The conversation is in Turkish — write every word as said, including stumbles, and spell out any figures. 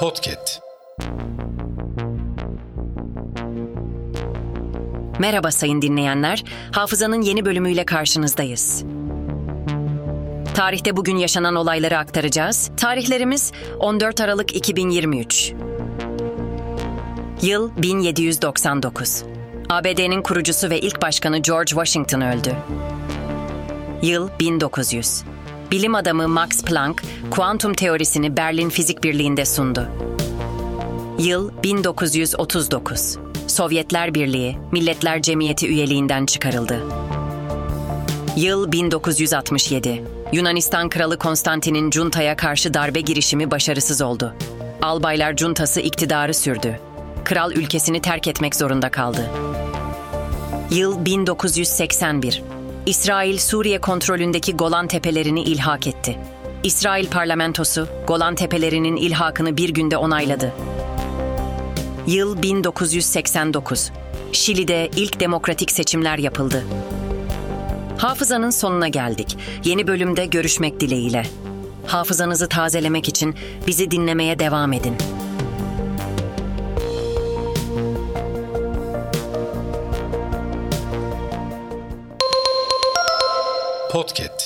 Podcast. Merhaba sayın dinleyenler, Hafızanın yeni bölümüyle karşınızdayız. Tarihte bugün yaşanan olayları aktaracağız. Tarihlerimiz on dört Aralık iki bin yirmi üç. Yıl bin yedi yüz doksan dokuz. A B D'nin kurucusu ve ilk başkanı George Washington öldü. Yıl bin dokuz yüz. Bilim adamı Max Planck, kuantum teorisini Berlin Fizik Birliği'nde sundu. Yıl bin dokuz yüz otuz dokuz. Sovyetler Birliği, Milletler Cemiyeti üyeliğinden çıkarıldı. Yıl bin dokuz yüz altmış yedi. Yunanistan Kralı Konstantin'in Cunta'ya karşı darbe girişimi başarısız oldu. Albaylar Cuntası iktidarı sürdü. Kral ülkesini terk etmek zorunda kaldı. Yıl bin dokuz yüz seksen bir. İsrail, Suriye kontrolündeki Golan Tepelerini ilhak etti. İsrail parlamentosu, Golan Tepelerinin ilhakını bir günde onayladı. Yıl bin dokuz yüz seksen dokuz. Şili'de ilk demokratik seçimler yapıldı. Hafızanın sonuna geldik. Yeni bölümde görüşmek dileğiyle. Hafızanızı tazelemek için bizi dinlemeye devam edin. Podcast.